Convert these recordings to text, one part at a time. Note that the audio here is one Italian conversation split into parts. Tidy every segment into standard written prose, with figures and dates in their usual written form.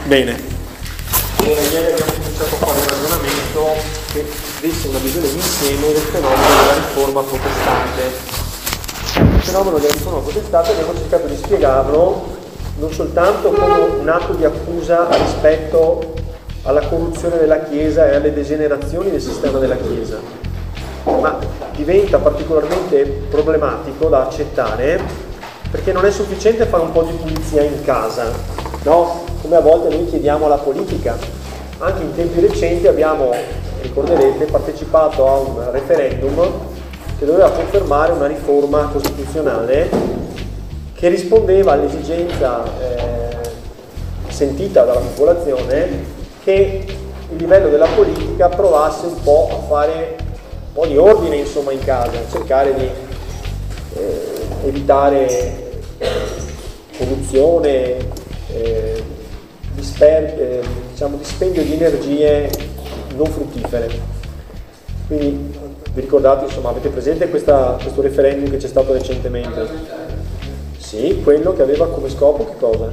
Bene. Ieri abbiamo cominciato a fare un ragionamento che desse una visione d'insieme del fenomeno della riforma protestante. Il fenomeno della riforma protestante abbiamo cercato di spiegarlo non soltanto come un atto di accusa rispetto alla corruzione della Chiesa e alle degenerazioni del sistema della Chiesa, ma diventa particolarmente problematico da accettare perché non è sufficiente fare un po' di pulizia in casa, no? Come a volte noi chiediamo alla politica. Anche in tempi recenti abbiamo, ricorderete, partecipato a un referendum che doveva confermare una riforma costituzionale che rispondeva all'esigenza sentita dalla popolazione che il livello della politica provasse un po' a fare un po' di ordine, insomma, in casa, cercare di evitare corruzione, dispendio di energie non fruttifere. Quindi vi ricordate, insomma, avete presente questo referendum che c'è stato recentemente? Sì, quello che aveva come scopo che cosa?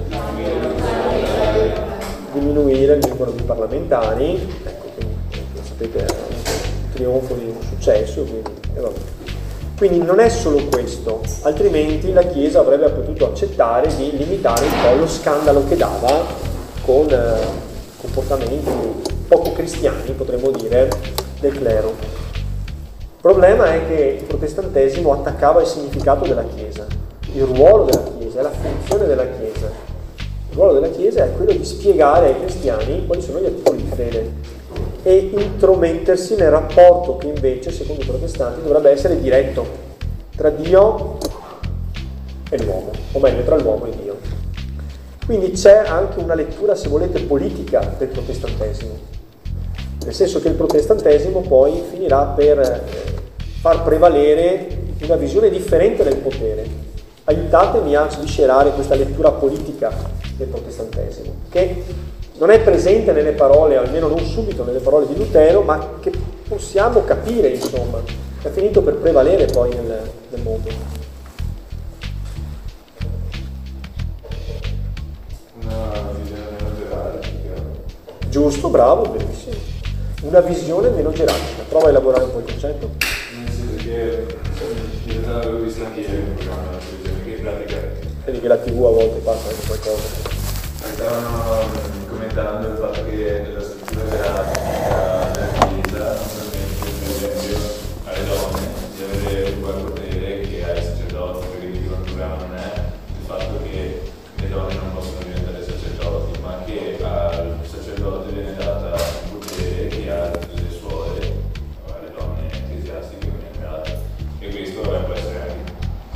Diminuire il numero di parlamentari, ecco, quindi sapete, è un trionfo di un successo, quindi non è solo questo, altrimenti la Chiesa avrebbe potuto accettare di limitare un po' lo scandalo che dava con comportamenti poco cristiani, potremmo dire, del clero. Il problema è che il protestantesimo attaccava il significato della Chiesa, il ruolo della Chiesa, la funzione della Chiesa. Il ruolo della Chiesa è quello di spiegare ai cristiani quali sono gli articoli di fede e intromettersi nel rapporto che invece, secondo i protestanti, dovrebbe essere diretto tra Dio e l'uomo, o meglio, tra l'uomo e Dio. Quindi c'è anche una lettura, se volete, politica del protestantesimo, nel senso che il protestantesimo poi finirà per far prevalere una visione differente del potere. Aiutatemi a sviscerare questa lettura politica del protestantesimo, che non è presente nelle parole, almeno non subito nelle parole di Lutero, ma che possiamo capire, insomma, che ha finito per prevalere poi nel mondo. Una visione meno gerarchica. Giusto, bravo, benissimo. Una visione meno gerarchica. Prova a elaborare un po' il concetto. Nel senso che in realtà l'avevo visto anche ieri un programma della televisione che in pratica Vedi che la TV a volte passa anche qualcosa. stavano commentando il fatto che nella struttura gerarchica della Chiesa non permette, per esempio, alle donne di avere uguale potere che ai sacerdoti, perché dicono il problema non è il fatto che le donne non possono diventare sacerdoti, ma che al sacerdote viene data un potere che ha le suore, alle donne ecclesiastiche, e questo può essere anche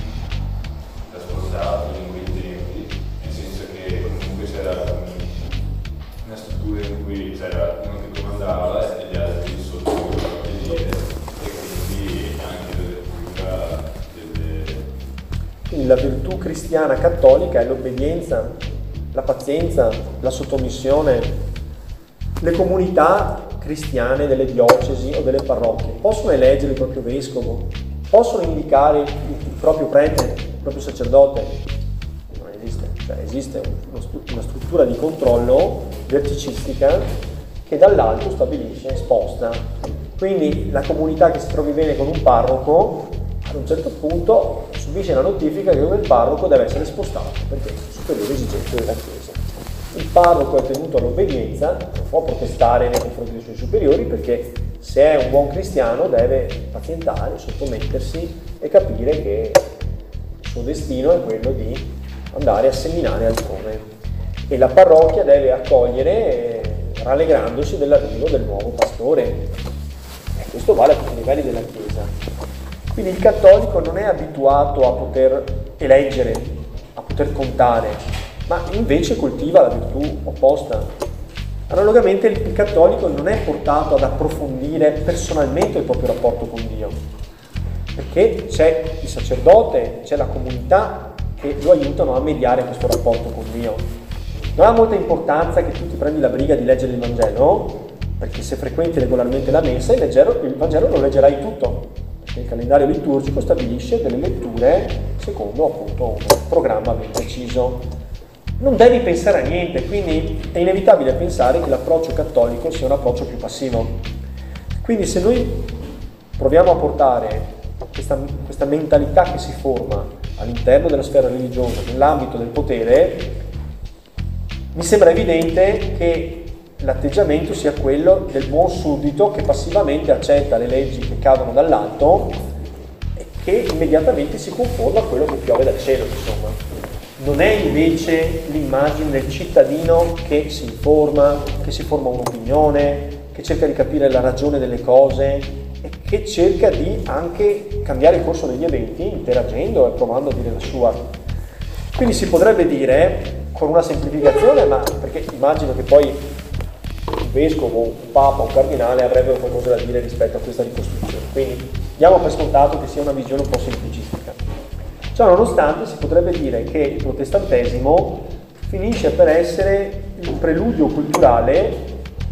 trasportato in quei tempi, nel senso che comunque c'era una struttura in cui c'era uno che comandava e gli altri sotto il piede, e quindi anche la lettura delle... Quindi la virtù cristiana cattolica è l'obbedienza, la pazienza, la sottomissione. Le comunità cristiane delle diocesi o delle parrocchie possono eleggere il proprio vescovo, possono indicare il proprio prete, il proprio sacerdote. Non esiste, cioè esiste una struttura di controllo verticistica che dall'alto stabilisce, sposta. Quindi la comunità che si trovi bene con un parroco ad un certo punto subisce la notifica che quel parroco deve essere spostato perché sono superiori esigenze della Chiesa. Il parroco è tenuto all'obbedienza, non può protestare nei confronti dei suoi superiori perché se è un buon cristiano deve pazientare, sottomettersi e capire che il suo destino è quello di andare a seminare altrove. E la parrocchia deve accogliere rallegrandosi dell'arrivo del nuovo pastore. E questo vale a tutti i livelli della Chiesa. Quindi il cattolico non è abituato a poter eleggere, a poter contare, ma invece coltiva la virtù opposta. Analogamente il cattolico non è portato ad approfondire personalmente il proprio rapporto con Dio, perché c'è il sacerdote, c'è la comunità che lo aiutano a mediare questo rapporto con Dio. Non ha molta importanza che tu ti prendi la briga di leggere il Vangelo, perché se frequenti regolarmente la messa il Vangelo lo leggerai tutto, perché il calendario liturgico stabilisce delle letture secondo appunto un programma ben preciso. non devi pensare a niente, quindi è inevitabile pensare che l'approccio cattolico sia un approccio più passivo. Quindi se noi proviamo a portare questa mentalità che si forma all'interno della sfera religiosa, nell'ambito del potere, mi sembra evidente che l'atteggiamento sia quello del buon suddito che passivamente accetta le leggi che cadono dall'alto e che immediatamente si conforma a quello che piove dal cielo, insomma. Non è invece l'immagine del cittadino che si informa, che si forma un'opinione, che cerca di capire la ragione delle cose e che cerca di anche cambiare il corso degli eventi interagendo e provando a dire la sua. Quindi si potrebbe dire, con una semplificazione, ma perché immagino che poi un vescovo, un papa, un cardinale avrebbero qualcosa da dire rispetto a questa ricostruzione, quindi diamo per scontato che sia una visione un po' semplicistica. Ciò nonostante si potrebbe dire che il protestantesimo finisce per essere il preludio culturale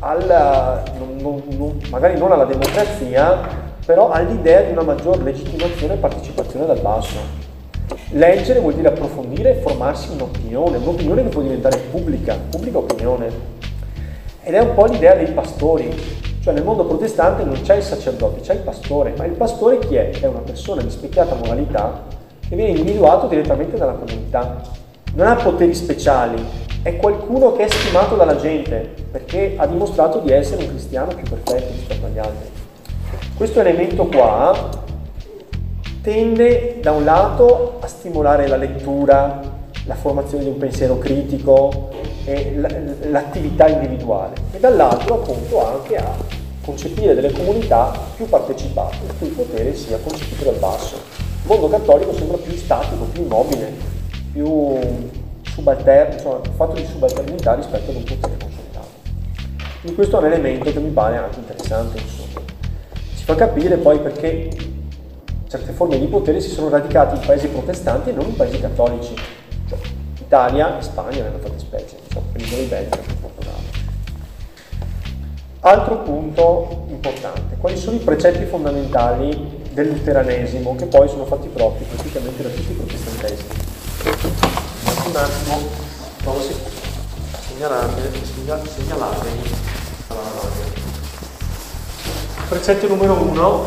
magari non alla democrazia, però all'idea di una maggior legittimazione e partecipazione dal basso. Leggere vuol dire approfondire e formarsi un'opinione che può diventare pubblica opinione. Ed è un po' l'idea dei pastori, cioè nel mondo protestante non c'è il sacerdote, c'è il pastore, ma il pastore chi è? È una persona di specchiata moralità che viene individuato direttamente dalla comunità. Non ha poteri speciali, è qualcuno che è stimato dalla gente perché ha dimostrato di essere un cristiano più perfetto rispetto agli altri. Questo elemento qua tende da un lato a stimolare la lettura, la formazione di un pensiero critico e l'attività individuale e dall'altro appunto anche a concepire delle comunità più partecipate in cui il potere sia concepito dal basso. Il mondo cattolico sembra più statico, più immobile, più subalterno, insomma, fatto di subalternità rispetto ad un potere consolidato. Quindi questo è un elemento che mi pare anche interessante, insomma. Ci fa capire poi perché certe forme di potere si sono radicate in paesi protestanti e non in paesi cattolici. Cioè, Italia e Spagna nella fattispecie, insomma, per i Belgio e Portogallo. Altro punto importante, quali sono i precetti fondamentali del luteranesimo che poi sono fatti propri praticamente da tutti i protestantesimi? Un attimo, provo a segnalarveli alla lavagna. Precetto numero 1,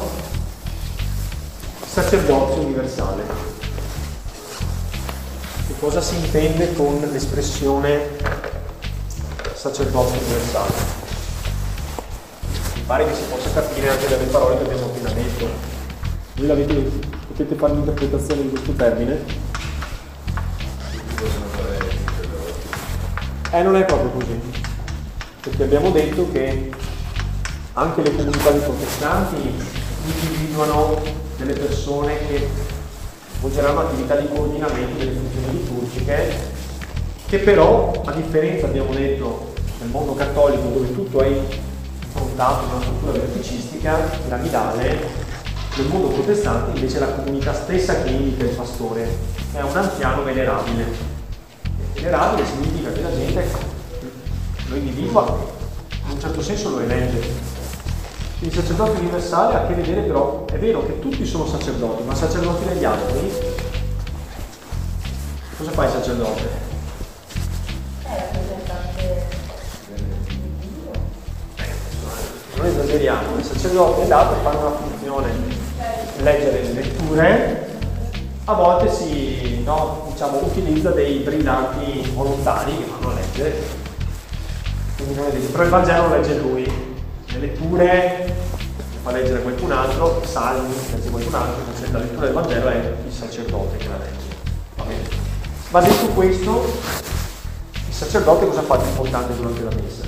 sacerdozio universale. Che cosa si intende con l'espressione sacerdozio universale? Mi pare che si possa capire anche dalle parole che abbiamo appena detto. Voi potete fare un'interpretazione di questo termine? Non è proprio così, perché abbiamo detto che anche le comunità dei protestanti individuano delle persone che svolgeranno attività di coordinamento delle funzioni liturgiche, che però, a differenza, abbiamo detto, nel mondo cattolico dove tutto è improntato in una struttura verticistica, piramidale, nel mondo protestante invece la comunità stessa che indica il pastore è un anziano venerabile. Venerabile significa che la gente lo individua, in un certo senso lo elegge. Il sacerdote universale ha a che vedere, però è vero che tutti sono sacerdoti, ma sacerdoti degli altri? Cosa fa il sacerdote? Non esageriamo, il sacerdote è dato per fare una funzione, leggere le letture, a volte si utilizza dei brillanti volontari che vanno a leggere, quindi non è detto, però il Vangelo lo legge lui, le letture fa leggere qualcun altro, i salmi legge qualcun altro, la lettura del Vangelo è il sacerdote che la legge. Va bene. Ma detto questo, il sacerdote cosa fa di importante durante la messa?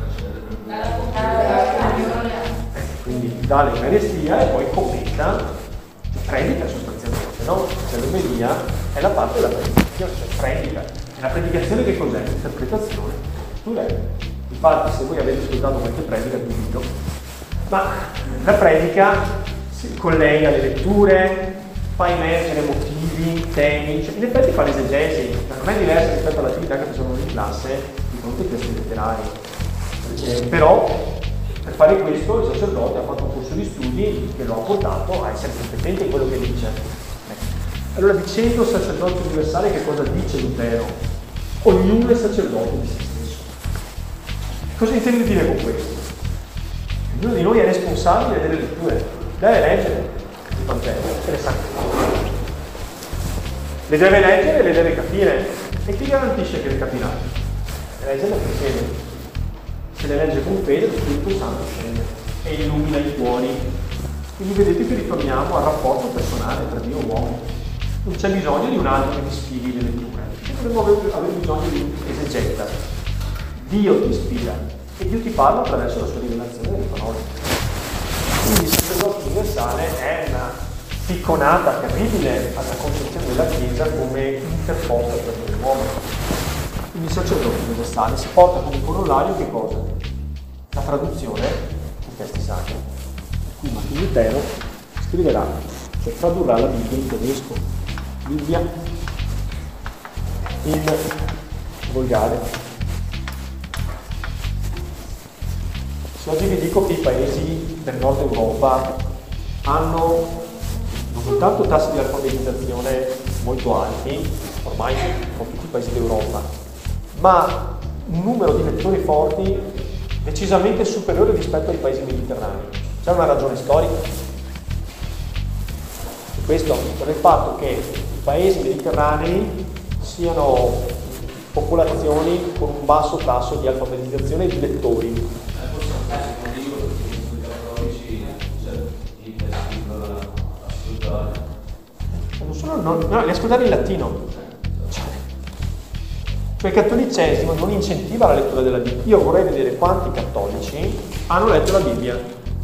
Quindi dà l'Eucaristia e poi commenta, predica sostanzialmente, no? Cioè l'omelia è la parte della predicazione, cioè predica. E la predicazione che cos'è? L'interpretazione. Tu leggi. Infatti se voi avete ascoltato qualche predica vi dico, ma la predica si collega le letture, fa emergere motivi, temi, cioè in effetti fa l'esegesi, ma non è diversa rispetto all'attività che facevano in classe di fronte ai testi letterari. Però per fare questo il sacerdote ha fatto un corso di studi che lo ha portato a essere competente in quello che dice. Allora, dicendo sacerdozio universale, che cosa dice Lutero? Ognuno è sacerdote di se stesso. Cosa intende dire con questo? Ognuno di noi è responsabile delle letture, deve leggere il Vangelo, e le sacre. Le deve leggere e le deve capire. E chi garantisce che le capirà? Leggerle per fede. Se le legge con fede, lo Spirito Santo scende e illumina i cuori. Quindi vedete che ritorniamo al rapporto personale tra Dio e uomo. Non c'è bisogno di un altro che ti spieghi le letture. Dovremmo avere bisogno di esegeta. Dio ti ispira e Dio ti parla attraverso la sua rivelazione delle parole. Quindi il sacerdote universale è una picconata terribile alla concezione della Chiesa come interposta per l'uomo. Quindi il sacerdote universale si porta come corollario che cosa? La traduzione dei testi sacri. Per cui Martino Lutero scriverà, cioè tradurrà la Bibbia in tedesco, Bibbia in volgare. Se oggi vi dico che i paesi del nord Europa hanno non soltanto tassi di alfabetizzazione molto alti, ormai con tutti i paesi d'Europa, ma un numero di lettori forti decisamente superiore rispetto ai paesi mediterranei. C'è una ragione storica. E questo per il fatto che i paesi mediterranei siano popolazioni con un basso tasso di alfabetizzazione di lettori. No, li ascoltare in latino. Cioè il cattolicesimo non incentiva la lettura della Bibbia. Io vorrei vedere quanti cattolici hanno letto la Bibbia.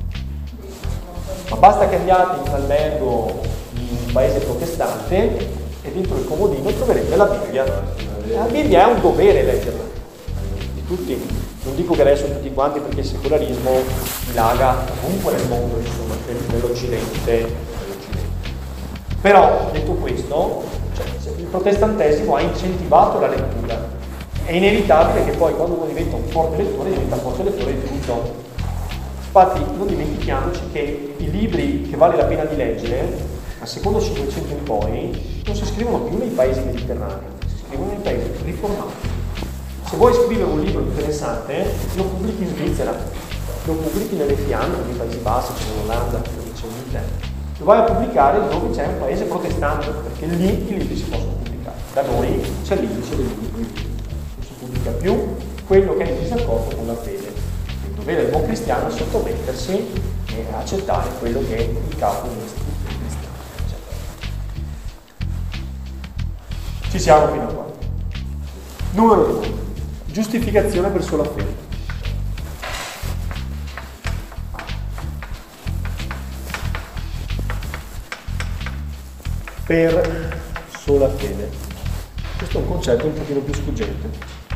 Ma basta che andiate in un albergo in un paese protestante e dentro il comodino troverete la Bibbia. La Bibbia è un dovere leggerla. Di tutti. Non dico che adesso tutti quanti perché il secolarismo dilaga ovunque nel mondo, insomma, nell'Occidente. Però, detto questo, il protestantesimo ha incentivato la lettura. È inevitabile che poi quando uno diventa un forte lettore, diventa forte lettore di tutto. Infatti non dimentichiamoci che i libri che vale la pena di leggere, al secondo Cinquecento in poi, non si scrivono più nei paesi mediterranei, si scrivono nei paesi riformati. Se vuoi scrivere un libro interessante, lo pubblichi in Svizzera, lo pubblichi nelle Fiandre, nei Paesi Bassi, in Olanda, dove c'è l'Inghilterra. Lo vai a pubblicare dove c'è un paese protestante, perché lì i libri si possono pubblicare. Da noi c'è l'indice dei libri, non si pubblica più quello che è in disaccordo con la fede. Il dovere del buon cristiano è sottomettersi e accettare quello che il capo cristiano. Ci siamo fino a qua. Numero 2. Giustificazione per sola fede. Per sola fede. Questo è un concetto un pochino più sfuggente.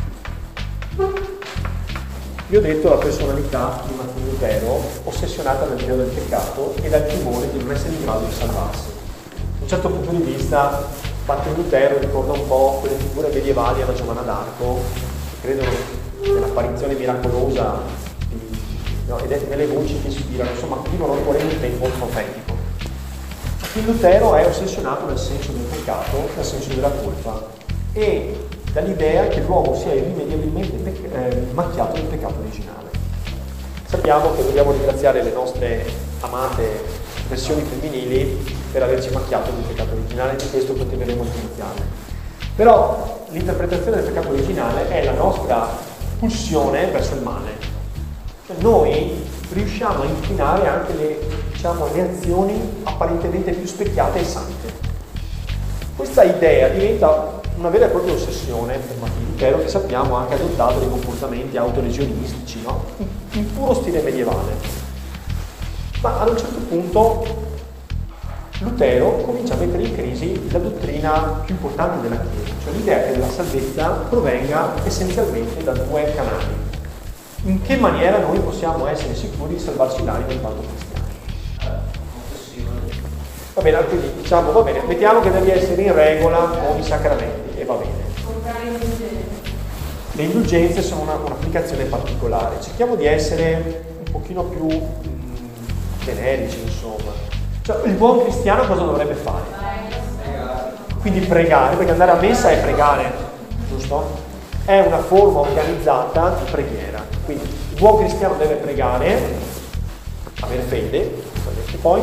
Vi ho detto la personalità di Martino Lutero, ossessionata dal Dio del peccato e dal timore di non essere in grado di salvarsi. Da un certo punto di vista, Martino Lutero ricorda un po' quelle figure medievali alla Giovanna d'Arco, che credono nell'apparizione miracolosa e nelle voci che ispirano, insomma, vivono ancora in un tempo profetico. Martino Lutero è ossessionato dal senso del peccato, dal senso della colpa e dall'idea che l'uomo sia irrimediabilmente macchiato del peccato originale. Sappiamo che dobbiamo ringraziare le nostre amate versioni femminili per averci macchiato del peccato originale, di questo continueremo a ringraziarle. Però l'interpretazione del peccato originale è la nostra pulsione verso il male. Cioè noi riusciamo a inclinare anche le azioni apparentemente più specchiate e sante. Questa idea diventa una vera e propria ossessione per Martino Lutero, che sappiamo ha anche adottato dei comportamenti autoresionistici, no? In puro stile medievale. Ma ad un certo punto Lutero comincia a mettere in crisi la dottrina più importante della Chiesa, cioè l'idea che la salvezza provenga essenzialmente da due canali. In che maniera noi possiamo essere sicuri di salvarci l'anima in quanto cristiani? Va bene, quindi diciamo, va bene, mettiamo che devi essere in regola con i sacramenti e va bene. Le indulgenze sono un'applicazione particolare, cerchiamo di essere un pochino più generici, insomma. Cioè, il buon cristiano cosa dovrebbe fare? Quindi pregare, perché andare a messa è pregare, giusto? è una forma organizzata di preghiera. Quindi il buon cristiano deve pregare, avere fede, e poi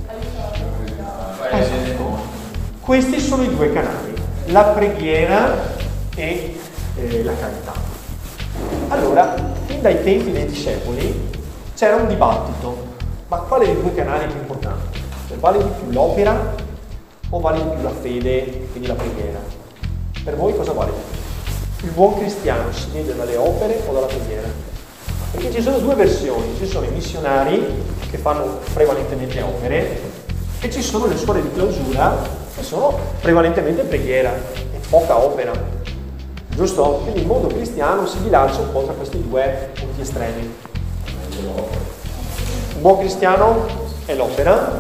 questi sono i due canali, la preghiera e la carità. Allora, fin dai tempi dei discepoli c'era un dibattito, ma quale dei due canali è più importante? Cioè, vale di più l'opera o vale di più la fede, quindi la preghiera? Per voi cosa vale di più? Il buon cristiano si vede dalle opere o dalla preghiera? Perché ci sono due versioni, ci sono i missionari che fanno prevalentemente opere e ci sono le suore di clausura che sono prevalentemente preghiera e poca opera, giusto? Quindi il mondo cristiano si bilancia un po' tra questi due punti estremi. Un buon cristiano è l'opera,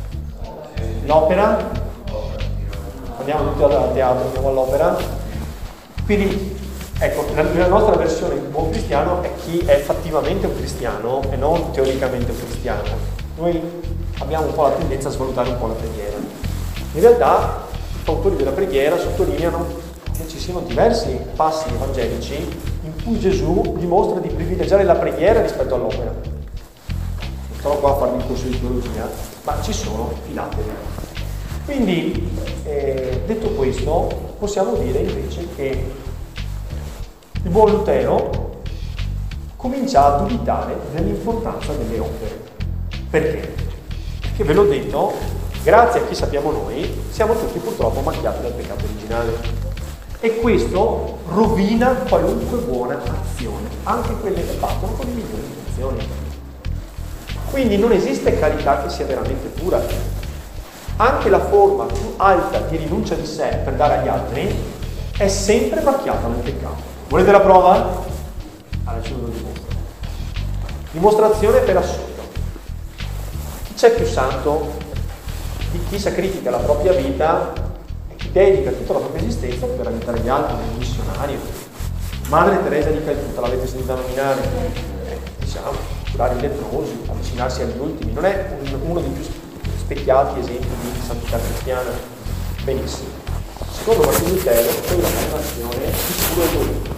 andiamo tutti al teatro, andiamo all'opera, quindi ecco, la nostra versione di buon cristiano è chi è fattivamente un cristiano e non teoricamente un cristiano. Noi abbiamo un po' la tendenza a svalutare un po' la preghiera. In realtà i fautori della preghiera sottolineano che ci siano diversi passi evangelici in cui Gesù dimostra di privilegiare la preghiera rispetto all'opera. Non sono qua a farvi un corso di teologia, ma ci sono, fidatevi. Quindi, detto questo, possiamo dire invece che il buon Lutero comincia a dubitare dell'importanza delle opere. Perché? Perché ve l'ho detto, grazie a chi sappiamo noi, siamo tutti purtroppo macchiati dal peccato originale. E questo rovina qualunque buona azione, anche quelle che partono con le migliori intenzioni. Quindi non esiste carità che sia veramente pura. Anche la forma più alta di rinuncia di sé per dare agli altri è sempre macchiata dal peccato. Volete la prova? Allora ce lo dimostro. Dimostrazione per assurdo. Chi c'è più santo di chi sacrifica la propria vita e chi dedica tutta la propria esistenza per aiutare gli altri, nel missionario? Madre Teresa di Calcutta, l'avete sentita nominare? Diciamo, curare i leprosi, avvicinarsi agli ultimi, non è uno dei più specchiati esempi di santità cristiana? Benissimo. Secondo Martino Lutero, quella è un'azione di puro egoismo.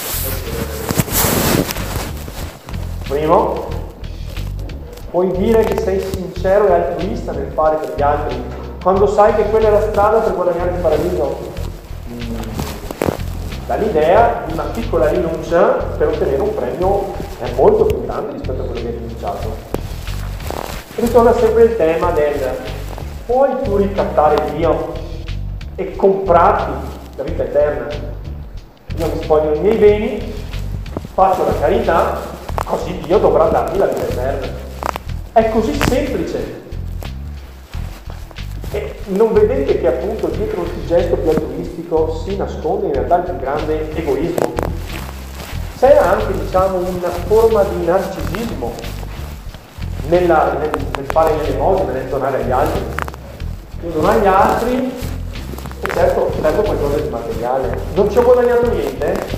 Primo, puoi dire che sei sincero e altruista nel fare per gli altri quando sai che quella è la strada per guadagnare il paradiso? Dall'idea di una piccola rinuncia per ottenere un premio è molto più grande rispetto a quello che hai rinunciato. Ritorna sempre il tema del puoi tu ricattare Dio e comprarti la vita eterna? Io mi spoglio i miei beni, faccio la carità, così Dio dovrà darmi la vita eterna. È così semplice. E non vedete che appunto dietro il gesto più altruistico si nasconde in realtà il più grande egoismo? C'è anche, diciamo, una forma di narcisismo nel fare l'elemosina, nel donare agli altri. Io dono agli altri e certo perdo qualcosa di materiale. Non ci ho guadagnato niente?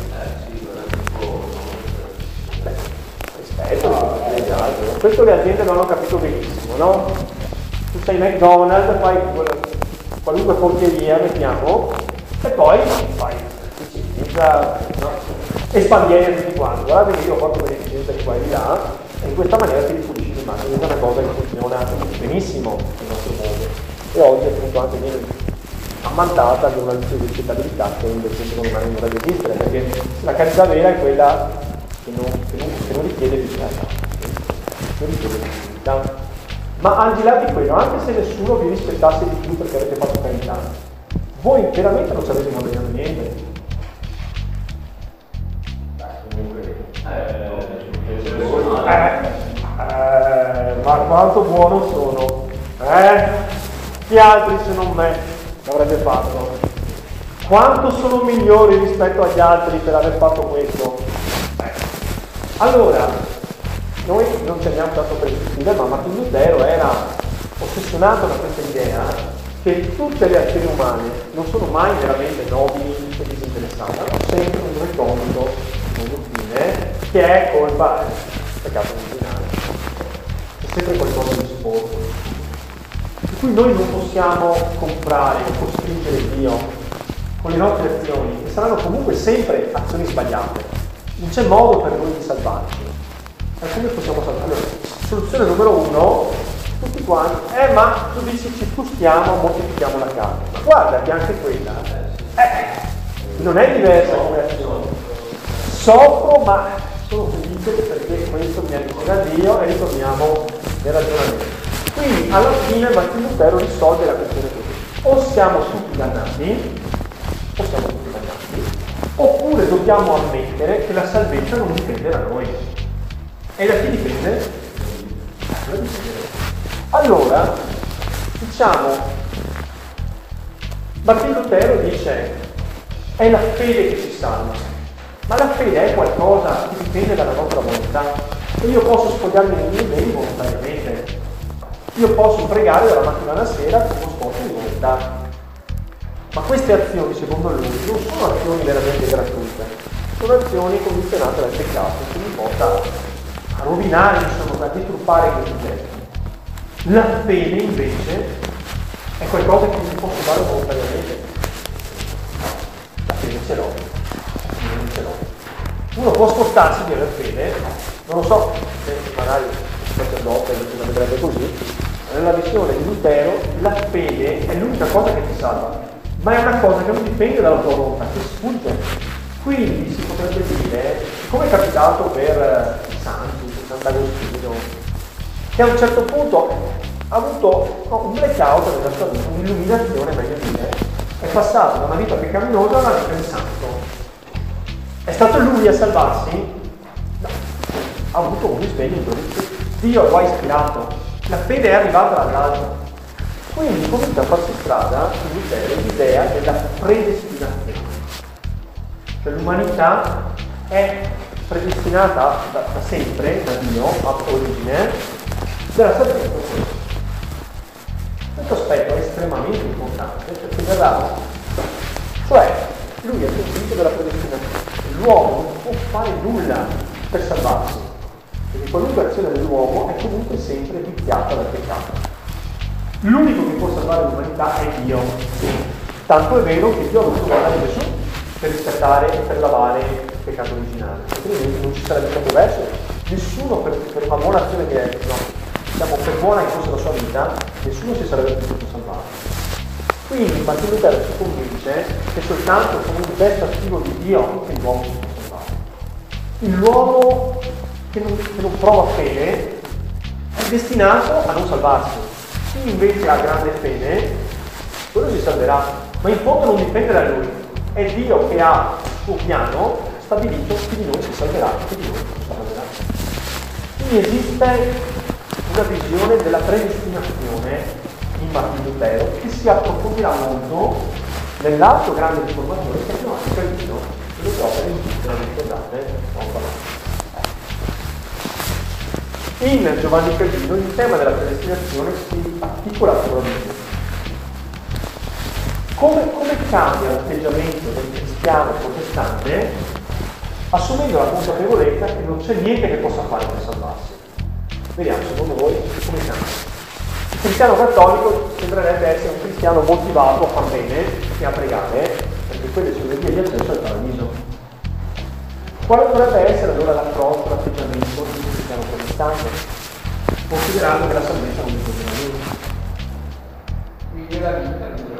Rispetto agli altri. Questo le aziende non hanno capito benissimo, no? Tu sei McDonald's, fai qualunque porcheria, mettiamo, e poi fai efficienza, no? Espandiere tutti quanti. Guardate che io ho fatto beneficenza di qua e di là, e in questa maniera ti ripulisci l'immagine. Questa è una cosa che funziona benissimo nel nostro mondo. E oggi appunto anche viene ammantata di una rispettabilità che invece secondo me non dovrebbe esistere, perché la carità vera è quella che non richiede visibilità. Non richiede visibilità. Ma al di là di quello, anche se nessuno vi rispettasse di più perché avete fatto carità, voi veramente non ci avete guadagnato niente. Ma quanto buono sono? Chi altri se non me l'avrebbe fatto? Quanto sono migliori rispetto agli altri per aver fatto questo? Allora, noi non ci abbiamo tanto per discutere, ma Martino Lutero era ossessionato da questa idea che tutte le azioni umane non sono mai veramente nobili e disinteressate, hanno sempre un recondito, un fine, che è colpa del peccato originale. C'è sempre qualcosa di sporco. Per cui noi non possiamo comprare o costringere Dio con le nostre azioni, che saranno comunque sempre azioni sbagliate. Non c'è modo per noi di salvarci. Come possiamo salvare? Allora, soluzione numero 1, tutti quanti, ma tu dici ci spostiamo, mortifichiamo la carne. Ma guarda che anche quella non è diversa come azione. Soffro, ma sono felice perché questo mi avvicina a Dio e ritorniamo nel ragionamento. Quindi alla fine Martino Lutero risolve la questione così. O siamo tutti dannati, oppure dobbiamo ammettere che la salvezza non dipende da noi. E da chi dipende? Allora, diciamo, Martino Lutero dice, è la fede che ci salva, ma la fede è qualcosa che dipende dalla nostra volontà. E io posso spogliarmi nei miei beni volontariamente, io posso pregare dalla mattina alla sera con uno sforzo di volontà. Ma queste azioni, secondo lui, non sono azioni veramente gratuite, sono azioni condizionate dal peccato, che mi porta a rovinare, insomma, a distruggere questi gesti. La fede, invece, è qualcosa che si può fare volontariamente. La fede ce l'ho, non ce l'ho. Uno può spostarsi di avere fede, non lo so, se magari il sacerdote la vedrebbe così, nella visione di Lutero la fede è l'unica cosa che ti salva. Ma è una cosa che non dipende dalla tua volontà, che sfugge. Quindi si potrebbe dire, come è capitato per i santi, per Sant'Agostino, che a un certo punto ha avuto un blackout nella sua vita, un'illuminazione, meglio dire, è passato da una vita peccaminosa a una vita di santo. È stato lui a salvarsi? No. Ha avuto un risveglio improvviso. Dio lo ha ispirato. La fede è arrivata dall'alto. Quindi comincia a farsi strada in Lutero l'idea della predestinazione. Cioè l'umanità è predestinata da sempre, da Dio, a origine, della salvezza. Questo aspetto è estremamente importante perché verrà, cioè lui è convinto della predestinazione. L'uomo non può fare nulla per salvarsi, perché qualunque azione dell'uomo è comunque sempre viziata dal peccato. L'unico che può salvare l'umanità è Dio. Tanto è vero che Dio ha voluto mandare Gesù per riscattare e per lavare il peccato originale. Altrimenti non ci sarebbe stato verso. Nessuno per una buona azione che diciamo per buona che fosse la sua vita, nessuno si sarebbe potuto salvare. Quindi Martino Lutero si convince che soltanto con un gesto attivo di Dio che l'uomo si può salvare. L'uomo che non prova fede è destinato a non salvarsi. Chi invece ha grande fede, quello si salverà, ma in fondo non dipende da lui, è Dio che ha il suo piano stabilito, chi di noi si salverà, chi di noi si salverà. Quindi esiste una visione della predestinazione in Martino Lutero che si approfondirà molto nell'altro grande riformatore che è Giovanni Calvino, che le opere ricordate, in Giovanni Calvino il tema della predestinazione si articola probabilmente. Come cambia l'atteggiamento del cristiano protestante assumendo la consapevolezza che non c'è niente che possa fare per salvarsi? Vediamo, secondo voi, come cambia. Il cristiano cattolico sembrerebbe essere un cristiano motivato a far bene e a pregare, perché quelle sono le vie di accesso al paradiso. Quale dovrebbe essere allora l'approccio, l'atteggiamento di un cristiano protestante, considerando che la salvezza non dipende da lui? Vive la vita,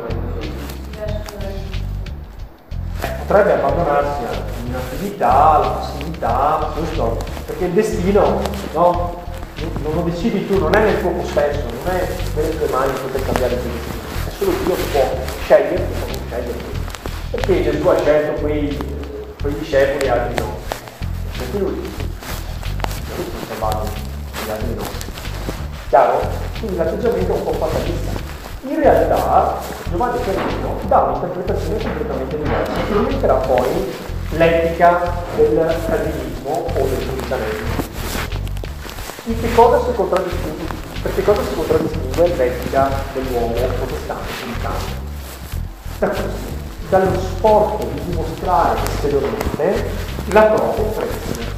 potrebbe abbandonarsi all'inattività, alla passività, questo, perché il destino, no? Non lo decidi tu, non è nel tuo possesso, non è nelle tue mani poter cambiare il tuo destino, è solo Dio che può scegliere o non scegliere. Perché Gesù ha scelto quei discepoli e altri no? Perché lui sono salvati, gli altri no. Chiaro? Quindi l'atteggiamento è un po' fatalista. In realtà Giovanni Calvino dà un'interpretazione completamente diversa che diventerà poi l'etica del calvinismo o del puritanesimo. In che cosa si contraddistingue? Per che cosa si contraddistingue l'etica dell'uomo protestante puritano? Dallo sforzo di dimostrare esteriormente la propria predestinazione.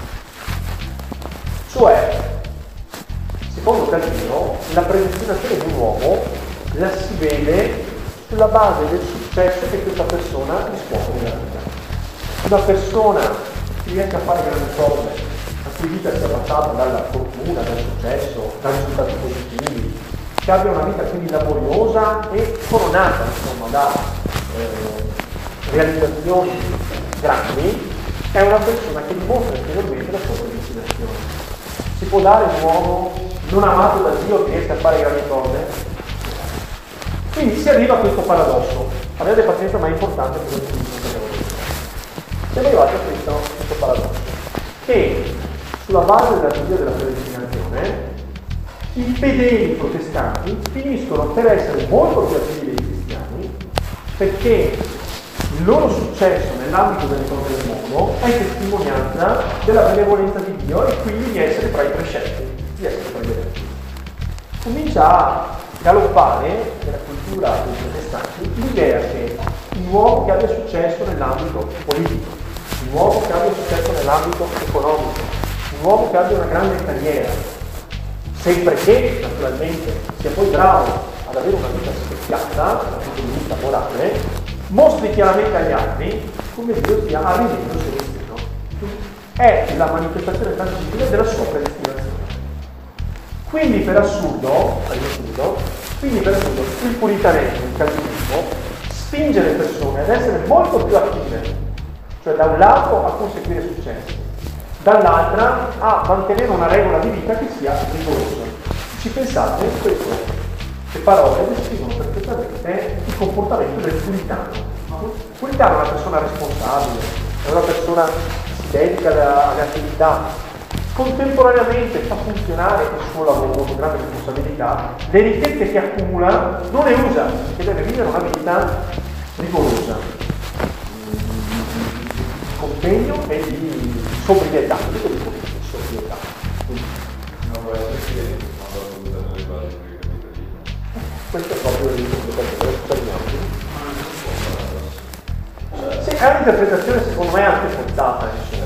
Cioè, secondo Calvino, la predestinazione di un uomo la si vede sulla base del successo che questa persona riscuote nella vita. Una persona che riesce a fare grandi cose, la cui vita sia passata dalla fortuna, dal successo, da risultati positivi, che abbia una vita quindi laboriosa e coronata, insomma, da realizzazioni grandi, è una persona che dimostra interiormente la sua predestinazione. Si può dare un uomo non amato da Dio che riesca a fare grandi cose? Quindi si arriva a questo paradosso. Avete pazienza, ma è importante per questo siamo arrivati a questo paradosso, che sulla base della teoria della predestinazione i fedeli protestanti finiscono per essere molto più attivi dei cristiani, perché il loro successo nell'ambito delle cose del mondo è testimonianza della benevolenza di Dio e quindi di essere tra i prescelti, di essere tra i benedetti. Comincia a galoppare nella cultura dei protestanti l'idea che un uomo che abbia successo nell'ambito politico, un uomo che abbia successo nell'ambito economico, un uomo che abbia una grande carriera, sempre che naturalmente sia poi bravo ad avere una vita specchiata dal punto di vista morale, mostri chiaramente agli altri come Dio stia arrivando sul destino. È la manifestazione tangibile della sua predestinazione. Quindi per assurdo, il puritanesimo, il calvinismo, spinge le persone ad essere molto più attive, cioè da un lato a conseguire successo, dall'altra a mantenere una regola di vita che sia rigorosa. Ci pensate, queste parole descrivono perfettamente il comportamento del puritano. Il puritano è una persona responsabile, è una persona che si dedica alle attività, contemporaneamente fa funzionare il suo lavoro con grande responsabilità, le ricchezze che accumula non le usa, perché deve vivere una vita rigorosa, di compegno e di sobrietà, sobrietà. Non vuole essere che quando ha buttato le basi per il capitalismo. Questo è proprio il sì, è un'interpretazione secondo me anche forzata, insomma.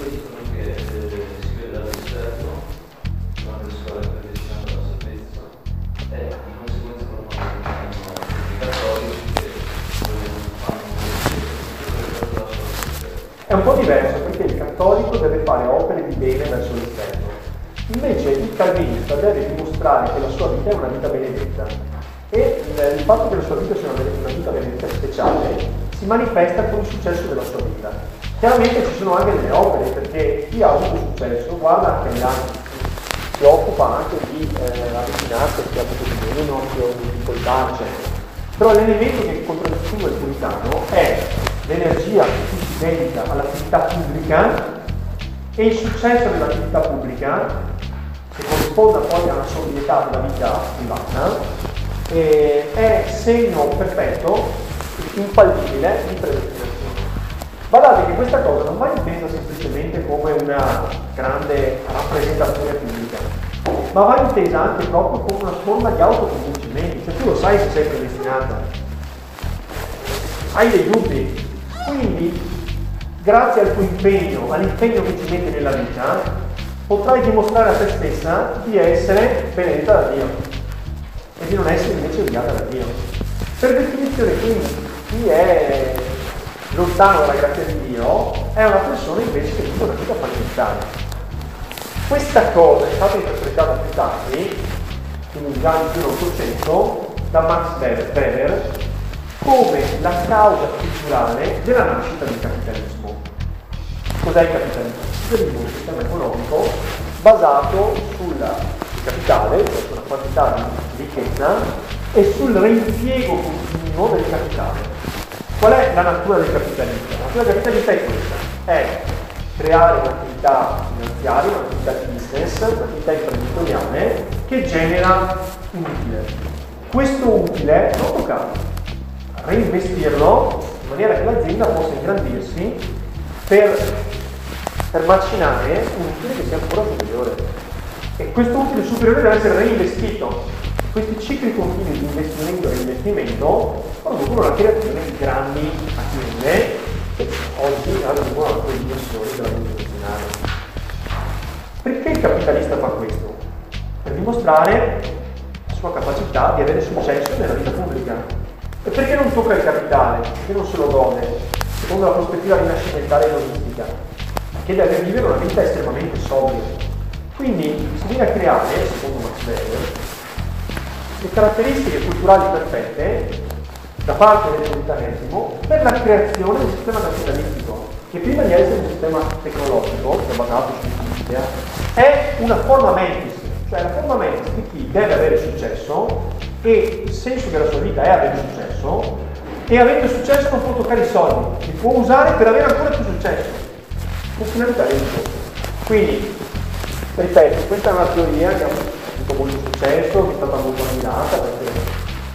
È un po' diverso perché il cattolico deve fare opere di bene verso l'esterno, invece il calvinista deve dimostrare che la sua vita è una vita benedetta e il fatto che la sua vita sia una vita benedetta speciale si manifesta con il successo della sua vita. Chiaramente ci sono anche delle opere, perché chi ha avuto successo guarda anche agli altri, si occupa anche di avvicinarsi a chi ha avuto di meno, chi ha difficoltà, eccetera. Però l'elemento che contraddistingue il puritano è l'energia che si dedica all'attività pubblica e il successo dell'attività pubblica, che corrisponda poi a una sobrietà della vita privata, è segno perfetto, infallibile di predestinazione. Guardate che questa cosa non va intesa semplicemente come una grande rappresentazione pubblica, ma va intesa anche proprio come una forma di autoconvincimento, cioè tu lo sai se sei predestinata, hai dei dubbi, quindi grazie al tuo impegno, all'impegno che ci metti nella vita, potrai dimostrare a te stessa di essere benedetta da Dio e di non essere invece odiata da Dio. Per definizione quindi chi è lontano dalla grazia di Dio è una persona invece che vive una vita fallimentare. Questa cosa è stata interpretata più tardi, quindi già in più dell'Ottocento, da Max Weber come la causa strutturale della nascita del capitalismo. Cos'è il capitalismo? Il capitalismo è un sistema economico basato sul capitale, cioè sulla quantità di ricchezza, e sul reimpiego continuo del capitale. Qual è la natura del capitalista? La natura del capitalista è questa, è creare un'attività finanziaria, un'attività di business, un'attività imprenditoriale che genera un utile. Questo utile non toccato, reinvestirlo in maniera che l'azienda possa ingrandirsi per macinare un utile che sia ancora superiore. E questo utile superiore deve essere reinvestito. Questi cicli continui di investimento e reinvestimento producono la creazione di grandi aziende che oggi hanno le dimensioni della multinazionale. Perché il capitalista fa questo? Per dimostrare la sua capacità di avere successo nella vita pubblica. E perché non tocca il capitale? Perché non se lo gode? Secondo la prospettiva rinascimentale e edonistica, che deve vivere una vita estremamente sobria. Quindi si viene a creare, secondo Max Weber, le caratteristiche culturali perfette da parte del puritanesimo per la creazione di un sistema capitalistico, che prima di essere un sistema tecnologico, che è basato sull'industria, è una forma mentis, cioè la forma mentis di chi deve avere successo e il senso della sua vita è avere successo, e avendo successo non può toccare i soldi, li può usare per avere ancora più successo, con finalità di risorse. Quindi, ripeto, questa è una teoria che ha avuto molto successo, che è stata molto ammirata, perché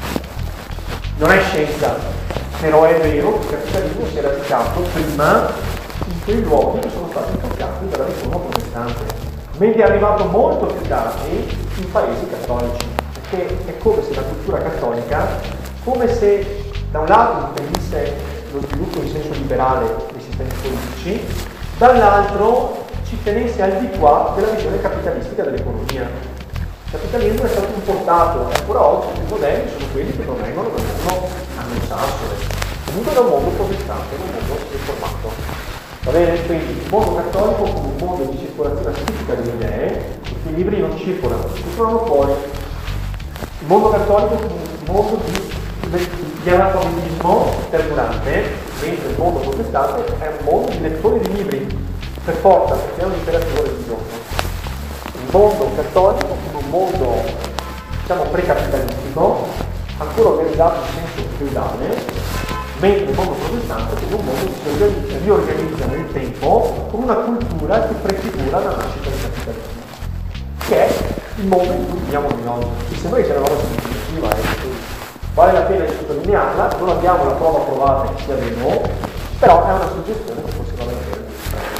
non è scienza, però è vero che il capitalismo si è radicato prima in quei luoghi che sono stati toccati dalla riforma protestante, mentre è arrivato molto più tardi in paesi cattolici, perché è come se la cultura cattolica, come se da un lato impedisse lo sviluppo in senso liberale dei sistemi politici, dall'altro ci tenesse al di qua della visione capitalistica dell'economia. Il capitalismo è stato importato e ancora oggi i più moderni sono quelli che provengono dal mondo anglosassone, comunque da un mondo protestante, da un mondo riformato. Va bene? Quindi il mondo cattolico come un mondo di circolazione ascitica delle idee, perché i libri non circolano fuori. Il mondo cattolico come un mondo di analfabetismo perdurante, mentre il mondo protestante è un mondo di lettori di libri, per forza, perché è un imperatore religioso. Il mondo cattolico come un mondo, diciamo, precapitalistico, ancora organizzato in senso feudale, mentre il mondo protestante come un mondo che si riorganizza nel tempo con una cultura che prefigura la nascita del capitalismo, che è il mondo in cui viviamo noi oggi. Mi sembra che sia una roba significativa, vale la pena di sottolinearla, non abbiamo la prova provata che sia vero, però è una suggestione che forse vale la pena di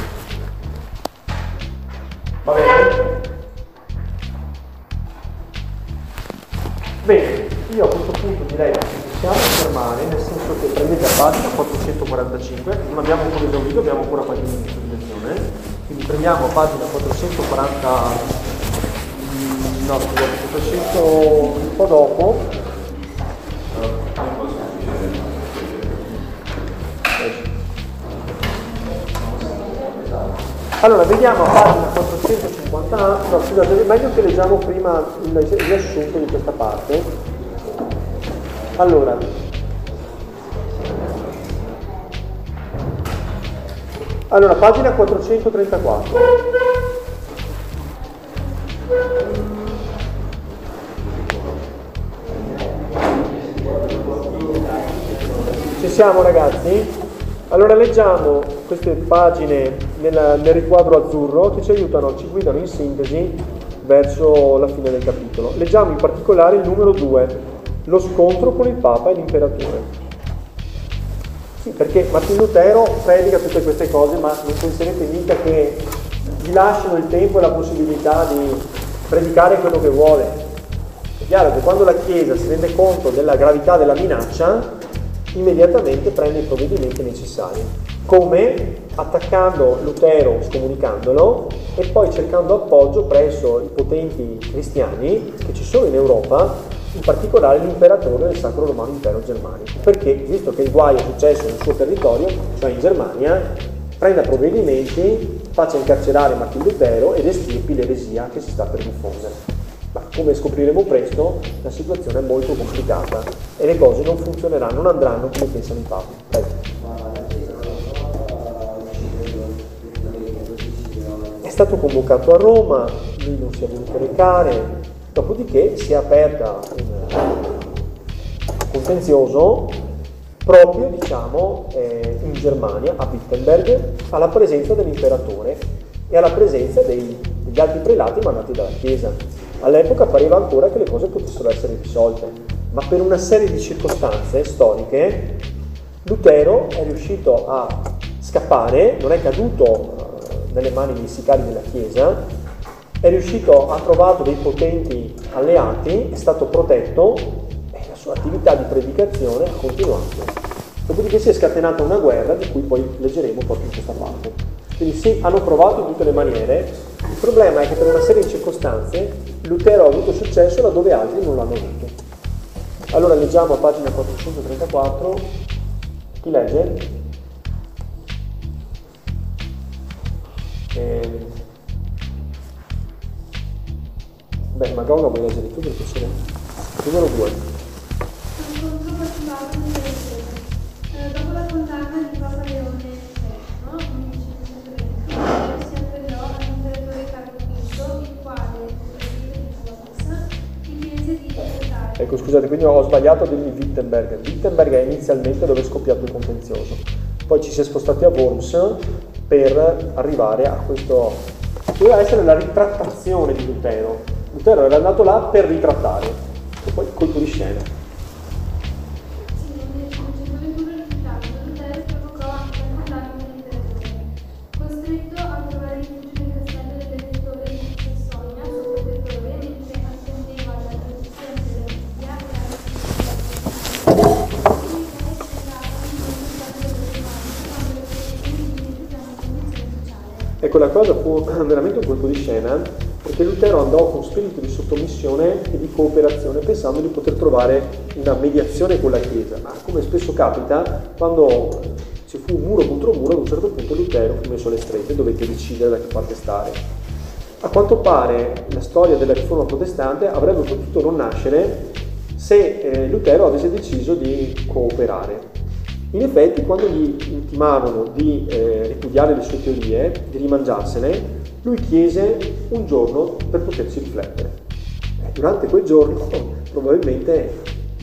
Va bene? Bene, io a questo punto direi che ci possiamo fermare, nel senso che prendete a pagina 445, non abbiamo ancora esaurito, abbiamo ancora qualche minuto di lezione, quindi prendiamo a pagina 440, no scusate, 400, un po' dopo. Allora, vediamo a pagina 450, no scusate, è meglio che leggiamo prima il riassunto di questa parte. Allora, pagina 434. Ci siamo ragazzi? Allora leggiamo queste pagine nel riquadro azzurro che ci aiutano, ci guidano in sintesi verso la fine del capitolo. Leggiamo in particolare il numero 2, lo scontro con il Papa e l'Imperatore. Sì, perché Martin Lutero predica tutte queste cose, ma non penserete mica che gli lasciano il tempo e la possibilità di predicare quello che vuole. È chiaro che quando la Chiesa si rende conto della gravità della minaccia, immediatamente prende i provvedimenti necessari, come attaccando Lutero, scomunicandolo, e poi cercando appoggio presso i potenti cristiani che ci sono in Europa, in particolare l'imperatore del Sacro Romano Impero Germanico, perché visto che il guaio è successo nel suo territorio, cioè in Germania, prenda provvedimenti, faccia incarcerare Martin Lutero ed estirpi l'eresia che si sta per diffondere. Ma come scopriremo presto, la situazione è molto complicata e le cose non funzioneranno, non andranno come pensano i papi. È stato convocato a Roma, lui non si è voluto recare, dopodiché si è aperta un contenzioso proprio, diciamo, in Germania, a Wittenberg, alla presenza dell'imperatore e alla presenza degli altri prelati mandati dalla Chiesa. All'epoca pareva ancora che le cose potessero essere risolte, ma per una serie di circostanze storiche Lutero è riuscito a scappare, non è caduto nelle mani dei sicari della Chiesa, ha trovato dei potenti alleati, è stato protetto e la sua attività di predicazione ha continuato. Dopodiché si è scatenata una guerra di cui poi leggeremo proprio in questa parte. Quindi sì, hanno provato in tutte le maniere, il problema è che per una serie di circostanze Lutero ha avuto successo laddove altri non l'hanno avuto. Allora leggiamo a pagina 434, chi legge? Magoga vuoi leggere tu perché c'è numero 2. Incontro partecipato nelle Chiese. Dopo la condanna di Papa Leone VII, 1520, si appellò all'imperatore Carlo V, il quale, per dire di Forza, gli chiese di decretare. Ecco, scusate, quindi ho sbagliato a dirmi Wittenberg. Wittenberg è inizialmente dove è scoppiato il contenzioso. Poi ci si è spostati a Worms per arrivare a questo. Doveva essere la ritrattazione di Lutero. Lutero era andato là per ritrattare, e poi colpo di scena. Sì, nel puro risultato, Lutero provocò anche la condanna dell'imperatore. Costretto a trovare rifugio nel castello del Redentore di Sassonia, suo protettore, mentre attendeva la traduzione della Bibbia e la Ecco, la cosa fu veramente un colpo di scena, perché Lutero andò con spirito di sottomissione e di cooperazione, pensando di poter trovare una mediazione con la Chiesa, ma come spesso capita, quando ci fu un muro contro un muro, ad un certo punto Lutero fu messo alle strette e dovette decidere da che parte stare. A quanto pare la storia della riforma protestante avrebbe potuto non nascere se Lutero avesse deciso di cooperare. In effetti, quando gli intimarono di ripudiare le sue teorie, di rimangiarsene, lui chiese un giorno per poterci riflettere. Durante quel giorno probabilmente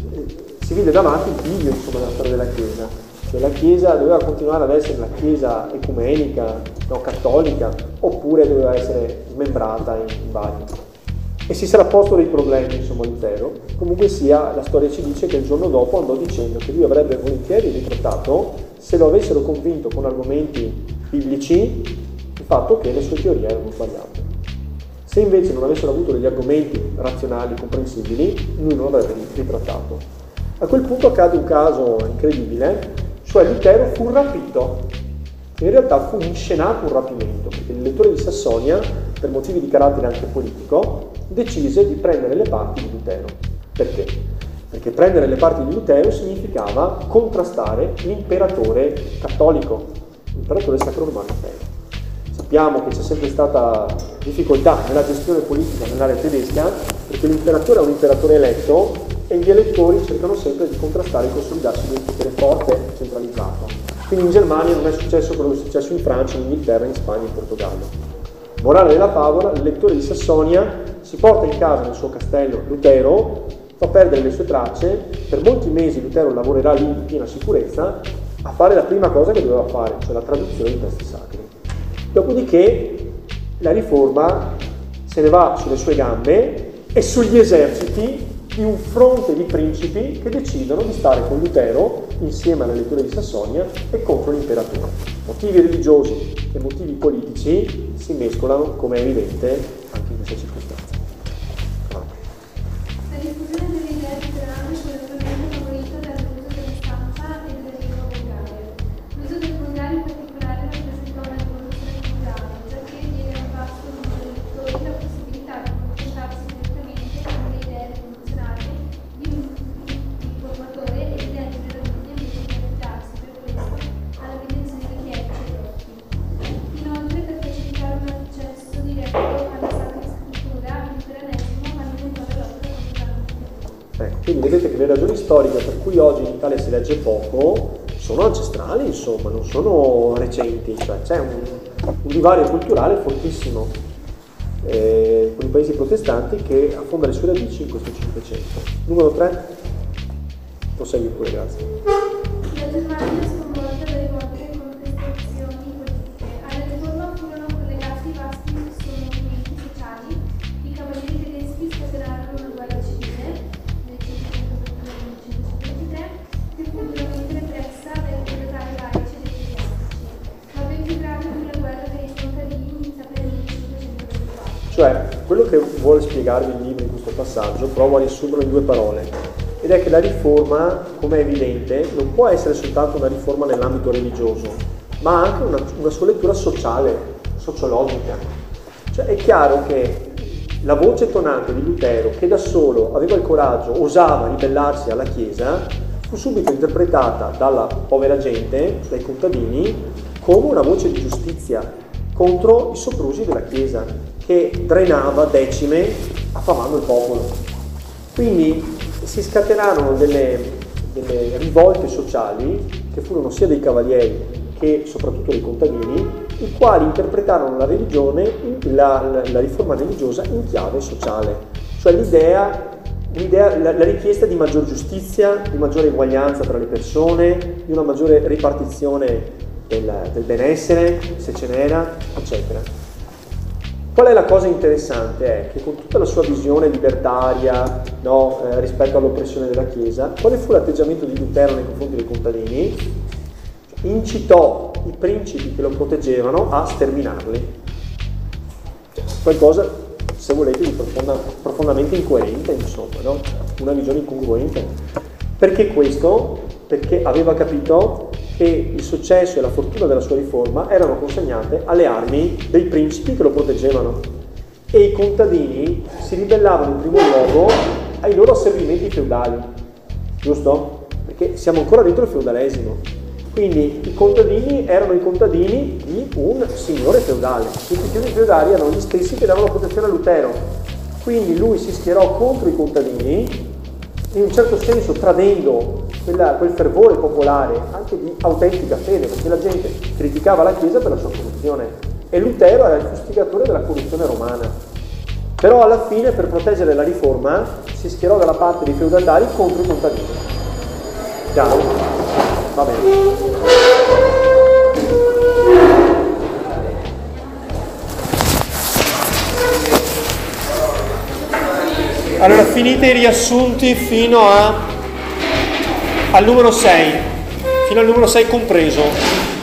si vide davanti il bivio, insomma, della storia della Chiesa. Cioè la Chiesa doveva continuare ad essere la Chiesa ecumenica, no, cattolica, oppure doveva essere smembrata in vari. E si sarà posto dei problemi, insomma, Lutero. Comunque sia, la storia ci dice che il giorno dopo andò dicendo che lui avrebbe volentieri ritrattato se lo avessero convinto con argomenti biblici il fatto che le sue teorie erano sbagliate. Se invece non avessero avuto degli argomenti razionali, comprensibili, lui non avrebbe ritrattato. A quel punto accade un caso incredibile, cioè Lutero fu rapito. In realtà fu inscenato un rapimento, perché l'elettore di Sassonia, per motivi di carattere anche politico, decise di prendere le parti di Lutero. Perché? Perché prendere le parti di Lutero significava contrastare l'imperatore cattolico, l'imperatore Sacro Romano Impero. Sappiamo che c'è sempre stata difficoltà nella gestione politica nell'area tedesca, perché l'imperatore è un imperatore eletto e gli elettori cercano sempre di contrastare e consolidarsi di un potere forte e centralizzato. Quindi in Germania non è successo quello che è successo in Francia, in Inghilterra, in Spagna e in Portogallo. Morale della favola, l'elettore di Sassonia si porta in casa nel suo castello Lutero, fa perdere le sue tracce, per molti mesi Lutero lavorerà lì in piena sicurezza a fare la prima cosa che doveva fare, cioè la traduzione dei testi sacri. Dopodiché la riforma se ne va sulle sue gambe e sugli eserciti di un fronte di principi che decidono di stare con Lutero insieme all'elettore di Sassonia e contro l'imperatore. Motivi religiosi e motivi politici si mescolano, come è evidente, anche in questa circostanza. La diffusione delle idee luterane fu naturalmente favorita dall'uso della stampa e della lingua volgare. L'uso del volgare in particolare rappresentò una rivoluzione culturale, giacché diede a un vasto numero di lettori la possibilità di confrontarsi direttamente con le idee rivoluzionarie di un riformatore e di leggere ragioniamenti e affidarsi per questo alla mediazione degli etici dotti. Inoltre, per facilitare un accesso diretto alla Sacra Scrittura, il luteranesimo alimentò la lotta contro la Ecco, quindi vedete che le ragioni storiche per cui oggi in Italia si legge poco sono ancestrali, insomma, non sono recenti, cioè c'è un divario culturale fortissimo con i paesi protestanti che affonda le sue radici in questo Cinquecento. Numero 3? Prosegui pure, grazie. La Germania sconvolta da rivolte e contestazioni politiche. Alla riforma furono collegati vasti movimenti sociali. I cavalieri tedeschi scatenarono una guerra civile nel 1123 che fu duramente repressa dai proprietari laici ed ecclesiastici. Ma ben più grave fu la guerra per i contadini iniziata nel 1524. Cioè, quello che vuole spiegarvi il libro in questo passaggio, provo a riassumerlo in 2 parole. Ed è che la riforma, come è evidente, non può essere soltanto una riforma nell'ambito religioso, ma anche una sua lettura sociale, sociologica. Cioè è chiaro che la voce tonante di Lutero, che da solo aveva il coraggio, osava ribellarsi alla Chiesa, fu subito interpretata dalla povera gente, dai contadini, come una voce di giustizia contro i soprusi della Chiesa, che drenava decime affamando il popolo. Quindi si scatenarono delle rivolte sociali, che furono sia dei cavalieri che soprattutto dei contadini, i quali interpretarono la religione, la riforma religiosa in chiave sociale, cioè la richiesta di maggior giustizia, di maggiore eguaglianza tra le persone, di una maggiore ripartizione del benessere, se ce n'era, eccetera. Qual è la cosa interessante? È che con tutta la sua visione libertaria, rispetto all'oppressione della Chiesa, quale fu l'atteggiamento di Lutero nei confronti dei contadini? Incitò i principi che lo proteggevano a sterminarli. Qualcosa, se volete, di profondamente incoerente, insomma, no? Una visione incongruente. Perché questo? Perché aveva capito che il successo e la fortuna della sua riforma erano consegnate alle armi dei principi che lo proteggevano, e i contadini si ribellavano in primo luogo ai loro asservimenti feudali, giusto? Perché siamo ancora dentro il feudalesimo. Quindi i contadini erano i contadini di un signore feudale. I signori feudali erano gli stessi che davano protezione a Lutero. Quindi lui si schierò contro i contadini, in un certo senso tradendo quel fervore popolare, anche di autentica fede, perché la gente criticava la Chiesa per la sua corruzione. E Lutero era il fustigatore della corruzione romana. Però alla fine, per proteggere la riforma, si schierò dalla parte dei feudatari contro i contadini. Chiaro? Va bene. Allora, finite i riassunti fino al numero 6, fino al numero 6 compreso.